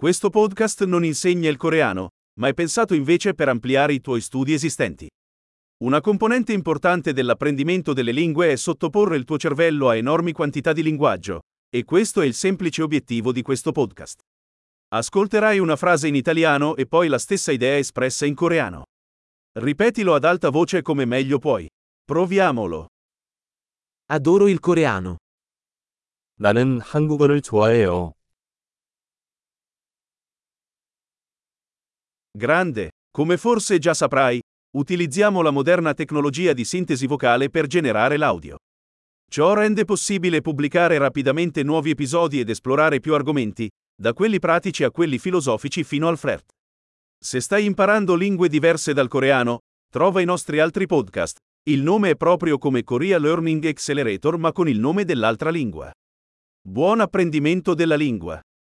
Questo podcast non insegna il coreano, ma è pensato invece per ampliare i tuoi studi esistenti. Una componente importante dell'apprendimento delle lingue è sottoporre il tuo cervello a enormi quantità di linguaggio, e questo è il semplice obiettivo di questo podcast. Ascolterai una frase in italiano e poi la stessa idea espressa in coreano. Ripetilo ad alta voce come meglio puoi. Proviamolo. Adoro il coreano. 나는 한국어를 좋아해요. Grande. Come forse già saprai, utilizziamo la moderna tecnologia di sintesi vocale per generare l'audio. Ciò rende possibile pubblicare rapidamente nuovi episodi ed esplorare più argomenti, da quelli pratici a quelli filosofici fino al flirt. Se stai imparando lingue diverse dal coreano, trova i nostri altri podcast. Il nome è proprio come Korea Learning Accelerator ma con il nome dell'altra lingua. Buon apprendimento della lingua!